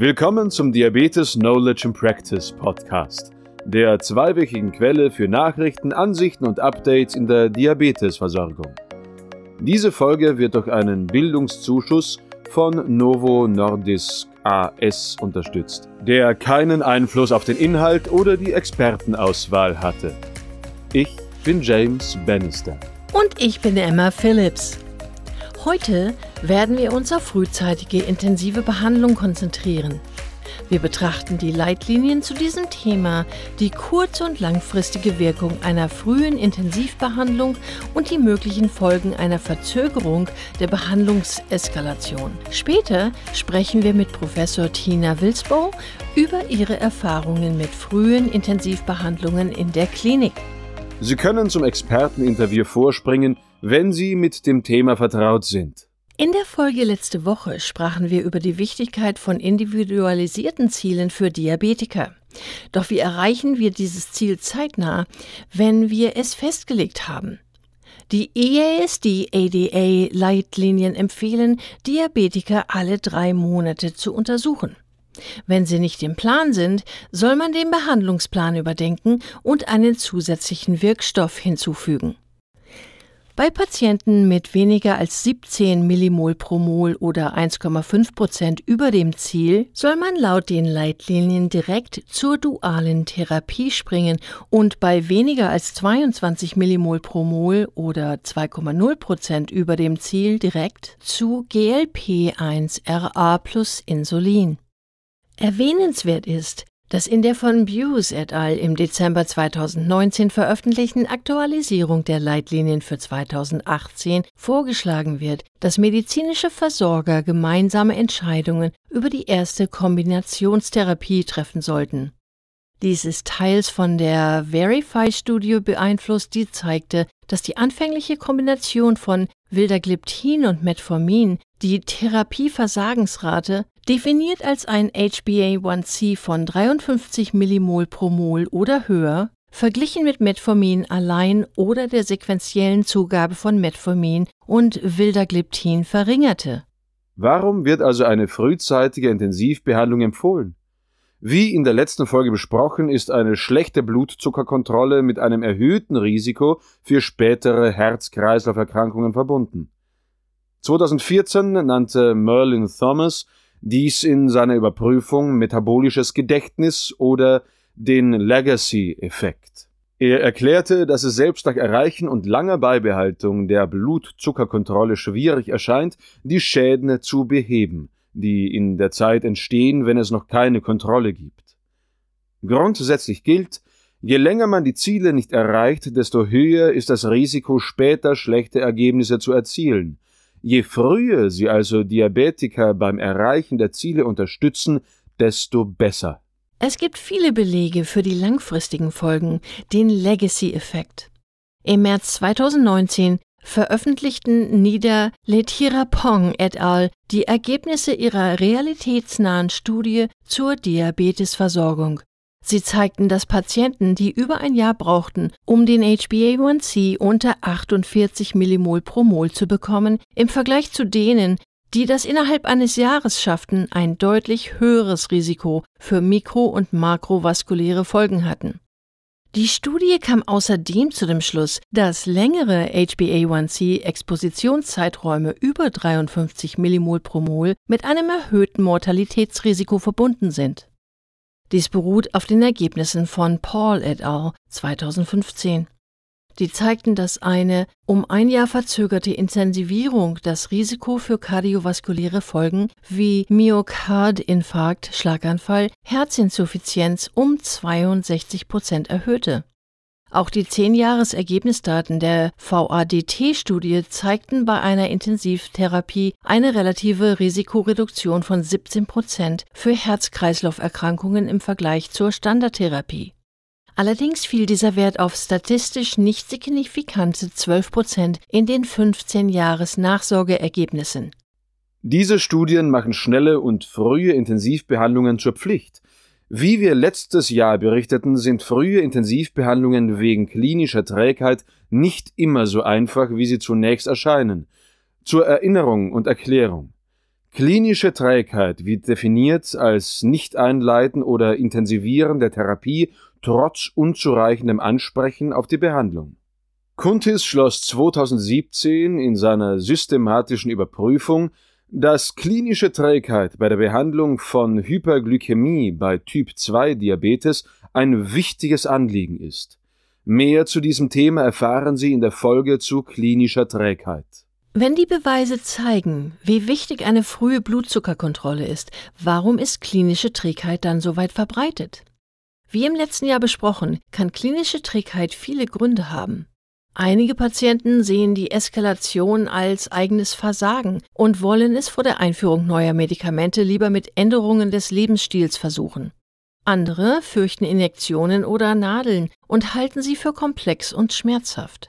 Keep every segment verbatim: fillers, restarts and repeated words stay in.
Willkommen zum Diabetes Knowledge and Practice Podcast, der zweiwöchigen Quelle für Nachrichten, Ansichten und Updates in der Diabetesversorgung. Diese Folge wird durch einen Bildungszuschuss von Novo Nordisk A S unterstützt, der keinen Einfluss auf den Inhalt oder die Expertenauswahl hatte. Ich bin James Bannister. Und ich bin Emma Phillips. Heute werden wir uns auf frühzeitige intensive Behandlung konzentrieren. Wir betrachten die Leitlinien zu diesem Thema, die kurz- und langfristige Wirkung einer frühen Intensivbehandlung und die möglichen Folgen einer Verzögerung der Behandlungseskalation. Später sprechen wir mit Professor Tina Wilsbow über ihre Erfahrungen mit frühen Intensivbehandlungen in der Klinik. Sie können zum Experteninterview vorspringen, wenn Sie mit dem Thema vertraut sind. In der Folge letzte Woche sprachen wir über die Wichtigkeit von individualisierten Zielen für Diabetiker. Doch wie erreichen wir dieses Ziel zeitnah, wenn wir es festgelegt haben? Die E A S D-A D A-Leitlinien empfehlen, Diabetiker alle drei Monate zu untersuchen. Wenn sie nicht im Plan sind, soll man den Behandlungsplan überdenken und einen zusätzlichen Wirkstoff hinzufügen. Bei Patienten mit weniger als siebzehn Millimol pro Mol oder eins Komma fünf Prozent über dem Ziel soll man laut den Leitlinien direkt zur dualen Therapie springen und bei weniger als zweiundzwanzig Millimol pro Mol oder zwei Komma null Prozent über dem Ziel direkt zu G L P eins R A plus Insulin. Erwähnenswert ist, dass in der von Buse et al. Im Dezember zweitausendneunzehn veröffentlichten Aktualisierung der Leitlinien für zweitausendachtzehn vorgeschlagen wird, dass medizinische Versorger gemeinsame Entscheidungen über die erste Kombinationstherapie treffen sollten. Dies ist teils von der Verify-Studie beeinflusst, die zeigte, dass die anfängliche Kombination von Vildagliptin und Metformin die Therapieversagensrate, definiert als ein H b A eins C von dreiundfünfzig Millimol pro Mol oder höher, verglichen mit Metformin allein oder der sequentiellen Zugabe von Metformin und Vildagliptin verringerte. Warum wird also eine frühzeitige Intensivbehandlung empfohlen? Wie in der letzten Folge besprochen, ist eine schlechte Blutzuckerkontrolle mit einem erhöhten Risiko für spätere Herz-Kreislauf-Erkrankungen verbunden. zweitausendvierzehn nannte Merlin Thomas dies in seiner Überprüfung metabolisches Gedächtnis oder den Legacy-Effekt. Er erklärte, dass es selbst nach Erreichen und langer Beibehaltung der Blutzuckerkontrolle schwierig erscheint, die Schäden zu beheben, die in der Zeit entstehen, wenn es noch keine Kontrolle gibt. Grundsätzlich gilt, je länger man die Ziele nicht erreicht, desto höher ist das Risiko, später schlechte Ergebnisse zu erzielen. Je früher Sie also Diabetiker beim Erreichen der Ziele unterstützen, desto besser. Es gibt viele Belege für die langfristigen Folgen, den Legacy-Effekt. Im März zweitausendneunzehn veröffentlichten Nida Letirapong et al. Die Ergebnisse ihrer realitätsnahen Studie zur Diabetesversorgung. Sie zeigten, dass Patienten, die über ein Jahr brauchten, um den H b A eins C unter achtundvierzig Millimol pro Mol zu bekommen, im Vergleich zu denen, die das innerhalb eines Jahres schafften, ein deutlich höheres Risiko für mikro- und makrovaskuläre Folgen hatten. Die Studie kam außerdem zu dem Schluss, dass längere H b A eins C-Expositionszeiträume über dreiundfünfzig Millimol pro Mol mit einem erhöhten Mortalitätsrisiko verbunden sind. Dies beruht auf den Ergebnissen von Paul et al. zweitausendfünfzehn. Die zeigten, dass eine um ein Jahr verzögerte Intensivierung das Risiko für kardiovaskuläre Folgen wie Myokardinfarkt, Schlaganfall, Herzinsuffizienz um zweiundsechzig Prozent erhöhte. Auch die zehn-Jahres-Ergebnisdaten der V A D T-Studie zeigten bei einer Intensivtherapie eine relative Risikoreduktion von siebzehn Prozent für Herz-Kreislauf-Erkrankungen im Vergleich zur Standardtherapie. Allerdings fiel dieser Wert auf statistisch nicht signifikante zwölf Prozent in den fünfzehn-Jahres-Nachsorgeergebnissen. Diese Studien machen schnelle und frühe Intensivbehandlungen zur Pflicht. Wie wir letztes Jahr berichteten, sind frühe Intensivbehandlungen wegen klinischer Trägheit nicht immer so einfach, wie sie zunächst erscheinen. Zur Erinnerung und Erklärung: Klinische Trägheit wird definiert als Nicht-Einleiten oder Intensivieren der Therapie trotz unzureichendem Ansprechen auf die Behandlung. Kuntis schloss zweitausendsiebzehn in seiner systematischen Überprüfung, dass klinische Trägheit bei der Behandlung von Hyperglykämie bei Typ zwei Diabetes ein wichtiges Anliegen ist. Mehr zu diesem Thema erfahren Sie in der Folge zu klinischer Trägheit. Wenn die Beweise zeigen, wie wichtig eine frühe Blutzuckerkontrolle ist, warum ist klinische Trägheit dann so weit verbreitet? Wie im letzten Jahr besprochen, kann klinische Trägheit viele Gründe haben. Einige Patienten sehen die Eskalation als eigenes Versagen und wollen es vor der Einführung neuer Medikamente lieber mit Änderungen des Lebensstils versuchen. Andere fürchten Injektionen oder Nadeln und halten sie für komplex und schmerzhaft.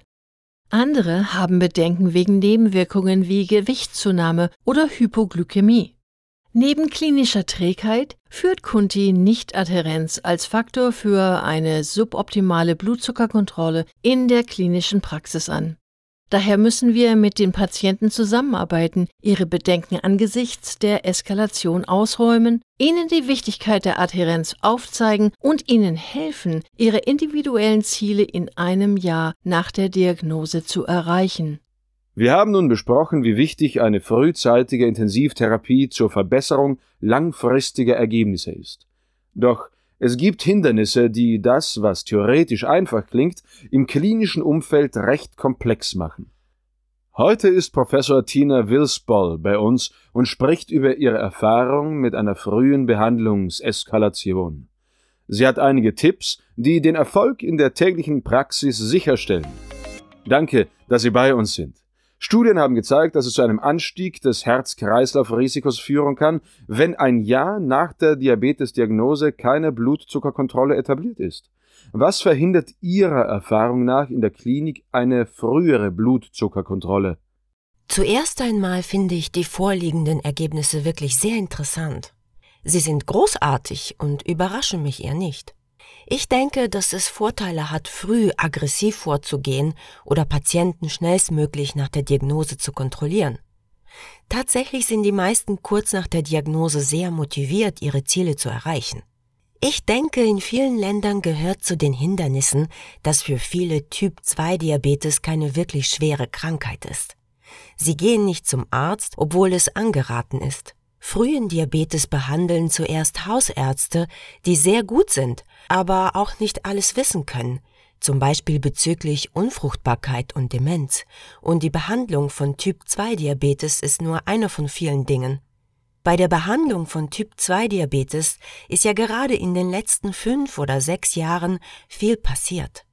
Andere haben Bedenken wegen Nebenwirkungen wie Gewichtszunahme oder Hypoglykämie. Neben klinischer Trägheit führt Kunti Nichtadhärenz als Faktor für eine suboptimale Blutzuckerkontrolle in der klinischen Praxis an. Daher müssen wir mit den Patienten zusammenarbeiten, ihre Bedenken angesichts der Eskalation ausräumen, ihnen die Wichtigkeit der Adhärenz aufzeigen und ihnen helfen, ihre individuellen Ziele in einem Jahr nach der Diagnose zu erreichen. Wir haben nun besprochen, wie wichtig eine frühzeitige Intensivtherapie zur Verbesserung langfristiger Ergebnisse ist. Doch es gibt Hindernisse, die das, was theoretisch einfach klingt, im klinischen Umfeld recht komplex machen. Heute ist Professor Tina Wilsboll bei uns und spricht über ihre Erfahrung mit einer frühen Behandlungseskalation. Sie hat einige Tipps, die den Erfolg in der täglichen Praxis sicherstellen. Danke, dass Sie bei uns sind. Studien haben gezeigt, dass es zu einem Anstieg des Herz-Kreislauf-Risikos führen kann, wenn ein Jahr nach der Diabetesdiagnose keine Blutzuckerkontrolle etabliert ist. Was verhindert Ihrer Erfahrung nach in der Klinik eine frühere Blutzuckerkontrolle? Zuerst einmal finde ich die vorliegenden Ergebnisse wirklich sehr interessant. Sie sind großartig und überraschen mich eher nicht. Ich denke, dass es Vorteile hat, früh aggressiv vorzugehen oder Patienten schnellstmöglich nach der Diagnose zu kontrollieren. Tatsächlich sind die meisten kurz nach der Diagnose sehr motiviert, ihre Ziele zu erreichen. Ich denke, in vielen Ländern gehört zu den Hindernissen, dass für viele Typ zwei Diabetes keine wirklich schwere Krankheit ist. Sie gehen nicht zum Arzt, obwohl es angeraten ist. Frühen Diabetes behandeln zuerst Hausärzte, die sehr gut sind, aber auch nicht alles wissen können, zum Beispiel bezüglich Unfruchtbarkeit und Demenz. Und die Behandlung von Typ zwei Diabetes ist nur eine von vielen Dingen. Bei der Behandlung von Typ zwei Diabetes ist ja gerade in den letzten fünf oder sechs Jahren viel passiert.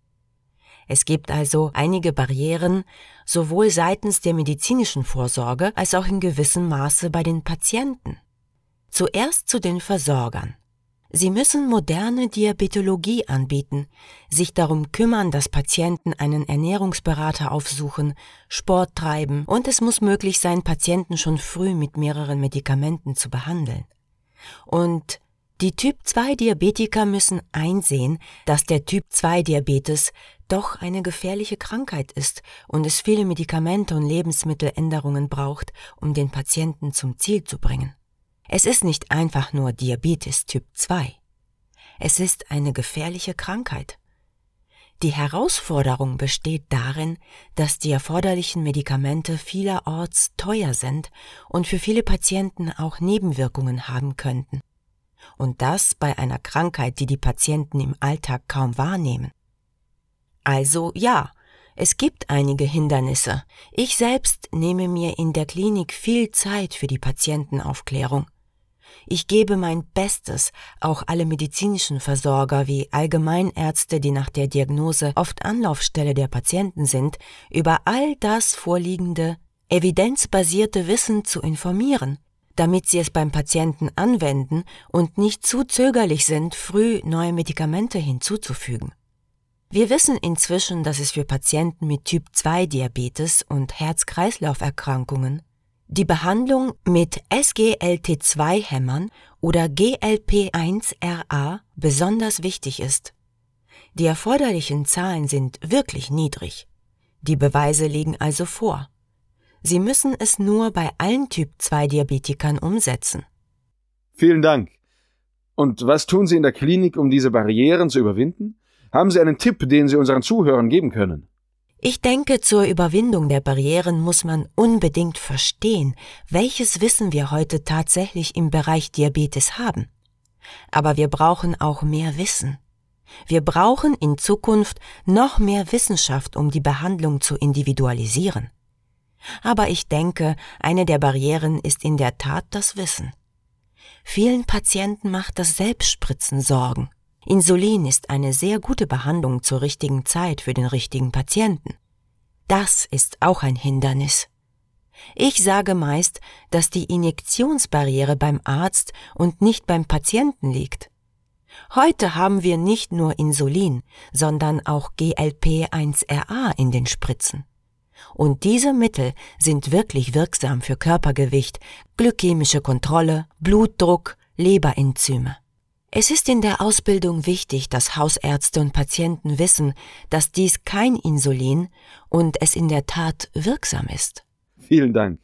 Es gibt also einige Barrieren, sowohl seitens der medizinischen Vorsorge als auch in gewissem Maße bei den Patienten. Zuerst zu den Versorgern. Sie müssen moderne Diabetologie anbieten, sich darum kümmern, dass Patienten einen Ernährungsberater aufsuchen, Sport treiben und es muss möglich sein, Patienten schon früh mit mehreren Medikamenten zu behandeln. Und die Typ zwei Diabetiker müssen einsehen, dass der Typ zwei Diabetes doch eine gefährliche Krankheit ist und es viele Medikamente und Lebensmitteländerungen braucht, um den Patienten zum Ziel zu bringen. Es ist nicht einfach nur Diabetes Typ zwei. Es ist eine gefährliche Krankheit. Die Herausforderung besteht darin, dass die erforderlichen Medikamente vielerorts teuer sind und für viele Patienten auch Nebenwirkungen haben könnten. Und das bei einer Krankheit, die die Patienten im Alltag kaum wahrnehmen. Also ja, es gibt einige Hindernisse. Ich selbst nehme mir in der Klinik viel Zeit für die Patientenaufklärung. Ich gebe mein Bestes, auch alle medizinischen Versorger wie Allgemeinärzte, die nach der Diagnose oft Anlaufstelle der Patienten sind, über all das vorliegende, evidenzbasierte Wissen zu informieren, damit sie es beim Patienten anwenden und nicht zu zögerlich sind, früh neue Medikamente hinzuzufügen. Wir wissen inzwischen, dass es für Patienten mit Typ zwei Diabetes und Herz-Kreislauf-Erkrankungen die Behandlung mit S G L T zwei Hämmern oder G L P eins R A besonders wichtig ist. Die erforderlichen Zahlen sind wirklich niedrig. Die Beweise liegen also vor. Sie müssen es nur bei allen Typ zwei Diabetikern umsetzen. Vielen Dank. Und was tun Sie in der Klinik, um diese Barrieren zu überwinden? Haben Sie einen Tipp, den Sie unseren Zuhörern geben können? Ich denke, zur Überwindung der Barrieren muss man unbedingt verstehen, welches Wissen wir heute tatsächlich im Bereich Diabetes haben. Aber wir brauchen auch mehr Wissen. Wir brauchen in Zukunft noch mehr Wissenschaft, um die Behandlung zu individualisieren. Aber ich denke, eine der Barrieren ist in der Tat das Wissen. Vielen Patienten macht das Selbstspritzen Sorgen. Insulin ist eine sehr gute Behandlung zur richtigen Zeit für den richtigen Patienten. Das ist auch ein Hindernis. Ich sage meist, dass die Injektionsbarriere beim Arzt und nicht beim Patienten liegt. Heute haben wir nicht nur Insulin, sondern auch G L P eins R A in den Spritzen. Und diese Mittel sind wirklich wirksam für Körpergewicht, glykämische Kontrolle, Blutdruck, Leberenzyme. Es ist in der Ausbildung wichtig, dass Hausärzte und Patienten wissen, dass dies kein Insulin und es in der Tat wirksam ist. Vielen Dank.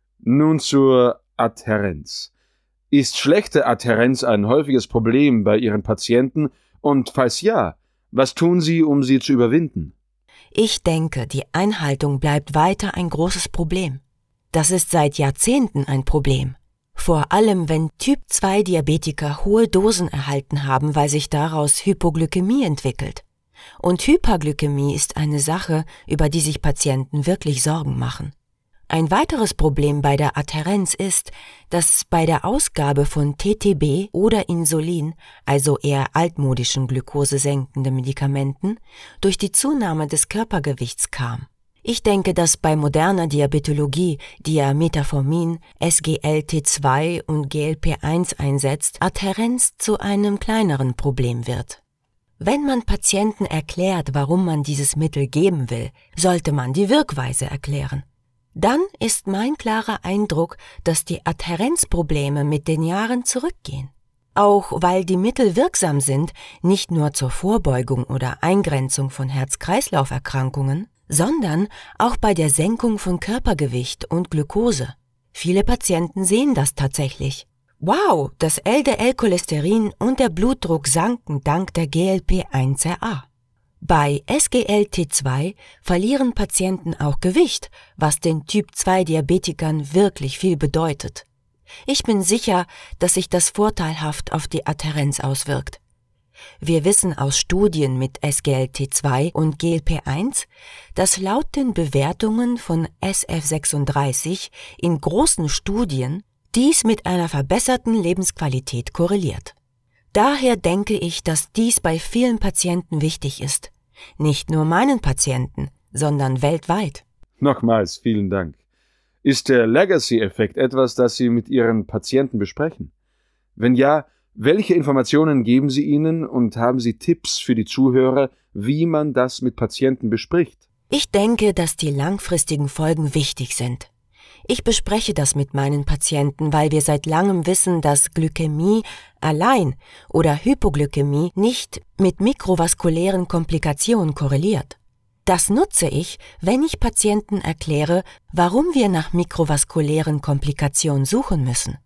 Nun zur Adhärenz. Ist schlechte Adhärenz ein häufiges Problem bei Ihren Patienten? Und falls ja, was tun Sie, um sie zu überwinden? Ich denke, die Einhaltung bleibt weiter ein großes Problem. Das ist seit Jahrzehnten ein Problem. Vor allem, wenn Typ zwei Diabetiker hohe Dosen erhalten haben, weil sich daraus Hypoglykämie entwickelt. Und Hyperglykämie ist eine Sache, über die sich Patienten wirklich Sorgen machen. Ein weiteres Problem bei der Adhärenz ist, dass bei der Ausgabe von T T B oder Insulin, also eher altmodischen glukosesenkenden Medikamenten, durch die Zunahme des Körpergewichts kam. Ich denke, dass bei moderner Diabetologie, die ja Metformin, S G L T zwei und G L P eins einsetzt, Adhärenz zu einem kleineren Problem wird. Wenn man Patienten erklärt, warum man dieses Mittel geben will, sollte man die Wirkweise erklären. Dann ist mein klarer Eindruck, dass die Adhärenzprobleme mit den Jahren zurückgehen. Auch weil die Mittel wirksam sind, nicht nur zur Vorbeugung oder Eingrenzung von Herz-Kreislauf-Erkrankungen, sondern auch bei der Senkung von Körpergewicht und Glucose. Viele Patienten sehen das tatsächlich. Wow, das L D L-Cholesterin und der Blutdruck sanken dank der G L P eins R A. Bei S G L T zwei verlieren Patienten auch Gewicht, was den Typ zwei Diabetikern wirklich viel bedeutet. Ich bin sicher, dass sich das vorteilhaft auf die Adhärenz auswirkt. Wir wissen aus Studien mit S G L T zwei und G L P eins, dass laut den Bewertungen von S F sechsunddreißig in großen Studien dies mit einer verbesserten Lebensqualität korreliert. Daher denke ich, dass dies bei vielen Patienten wichtig ist. Nicht nur meinen Patienten, sondern weltweit. Nochmals vielen Dank. Ist der Legacy-Effekt etwas, das Sie mit Ihren Patienten besprechen? Wenn ja, welche Informationen geben Sie ihnen und haben Sie Tipps für die Zuhörer, wie man das mit Patienten bespricht? Ich denke, dass die langfristigen Folgen wichtig sind. Ich bespreche das mit meinen Patienten, weil wir seit langem wissen, dass Glykämie allein oder Hypoglykämie nicht mit mikrovaskulären Komplikationen korreliert. Das nutze ich, wenn ich Patienten erkläre, warum wir nach mikrovaskulären Komplikationen suchen müssen.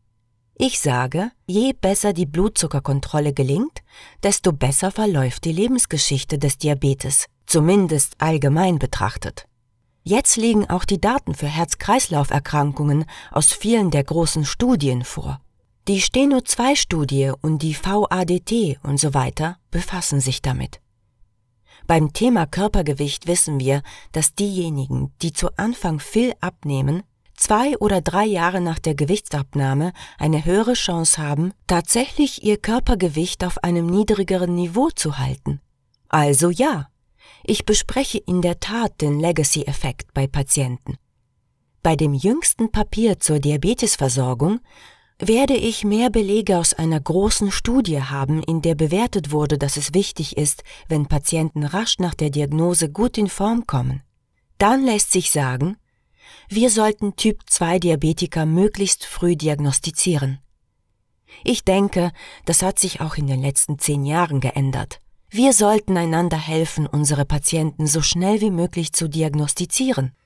Ich sage, je besser die Blutzuckerkontrolle gelingt, desto besser verläuft die Lebensgeschichte des Diabetes, zumindest allgemein betrachtet. Jetzt liegen auch die Daten für Herz-Kreislauf-Erkrankungen aus vielen der großen Studien vor. Die Steno zwei Studie und die V A D T und so weiter befassen sich damit. Beim Thema Körpergewicht wissen wir, dass diejenigen, die zu Anfang viel abnehmen, zwei oder drei Jahre nach der Gewichtsabnahme eine höhere Chance haben, tatsächlich ihr Körpergewicht auf einem niedrigeren Niveau zu halten. Also ja, ich bespreche in der Tat den Legacy-Effekt bei Patienten. Bei dem jüngsten Papier zur Diabetesversorgung werde ich mehr Belege aus einer großen Studie haben, in der bewertet wurde, dass es wichtig ist, wenn Patienten rasch nach der Diagnose gut in Form kommen. Dann lässt sich sagen, wir sollten Typ zwei Diabetiker möglichst früh diagnostizieren. Ich denke, das hat sich auch in den letzten zehn Jahren geändert. Wir sollten einander helfen, unsere Patienten so schnell wie möglich zu diagnostizieren.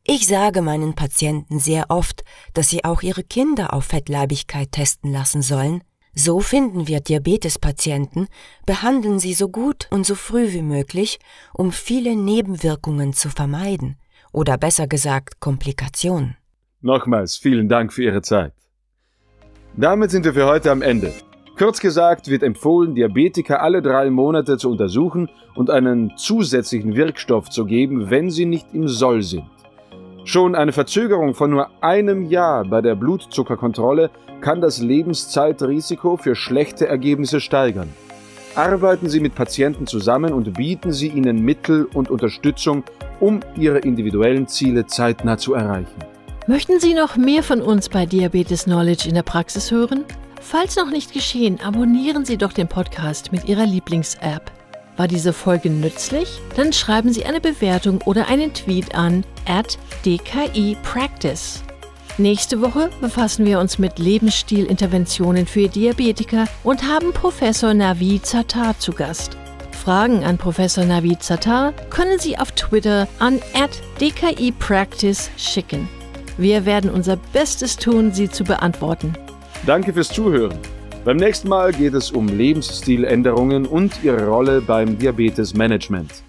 Ich sage meinen Patienten sehr oft, dass sie auch ihre Kinder auf Fettleibigkeit testen lassen sollen. So finden wir Diabetespatienten, behandeln sie so gut und so früh wie möglich, um viele Nebenwirkungen zu vermeiden. Oder besser gesagt, Komplikationen. Nochmals vielen Dank für Ihre Zeit. Damit sind wir für heute am Ende. Kurz gesagt wird empfohlen, Diabetiker alle drei Monate zu untersuchen und einen zusätzlichen Wirkstoff zu geben, wenn sie nicht im Soll sind. Schon eine Verzögerung von nur einem Jahr bei der Blutzuckerkontrolle kann das Lebenszeitrisiko für schlechte Ergebnisse steigern. Arbeiten Sie mit Patienten zusammen und bieten Sie ihnen Mittel und Unterstützung, um ihre individuellen Ziele zeitnah zu erreichen. Möchten Sie noch mehr von uns bei Diabetes Knowledge in der Praxis hören? Falls noch nicht geschehen, abonnieren Sie doch den Podcast mit Ihrer Lieblings-App. War diese Folge nützlich? Dann schreiben Sie eine Bewertung oder einen Tweet an at d k i practice. Nächste Woche befassen wir uns mit Lebensstilinterventionen für Diabetiker und haben Professor Navid Sattar zu Gast. Fragen an Professor Navid Sattar können Sie auf Twitter an at d k i practice schicken. Wir werden unser Bestes tun, sie zu beantworten. Danke fürs Zuhören. Beim nächsten Mal geht es um Lebensstiländerungen und ihre Rolle beim Diabetesmanagement.